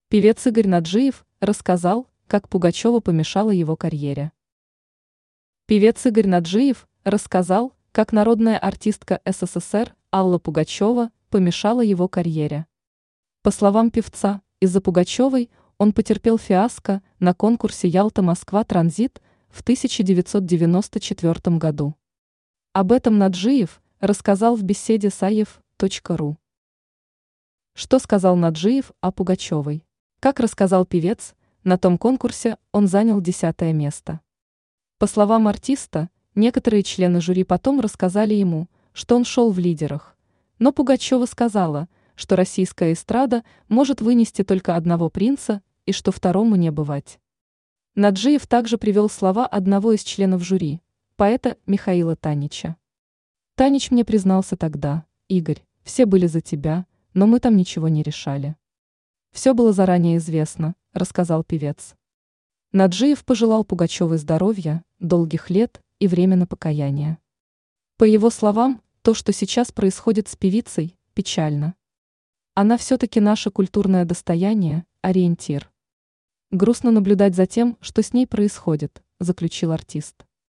Певец Игорь Наджиев рассказал, как Пугачева помешала его карьере. Певец Игорь Наджиев рассказал, как народная артистка СССР Алла Пугачева помешала его карьере. По словам певца, из-за Пугачевой он потерпел фиаско на конкурсе «Ялта-Москва-Транзит» в 1994 году. Об этом Наджиев рассказал в беседе с aef.ru. Что сказал Наджиев о Пугачевой? Как рассказал певец, на том конкурсе он занял 10-е место. По словам артиста, некоторые члены жюри потом рассказали ему, что он шел в лидерах, но Пугачева сказала, что российская эстрада может вынести только одного принца и что второму не бывать. Наджиев также привел слова одного из членов жюри, поэта Михаила Танича. «Танич мне признался тогда: Игорь, все были за тебя, но мы там ничего не решали. Все было заранее известно», — рассказал певец. Наджиев пожелал Пугачевой здоровья, долгих лет и время на покаяние. По его словам, то, что сейчас происходит с певицей, печально. Она все-таки наше культурное достояние, ориентир. Грустно наблюдать за тем, что с ней происходит, заключил артист.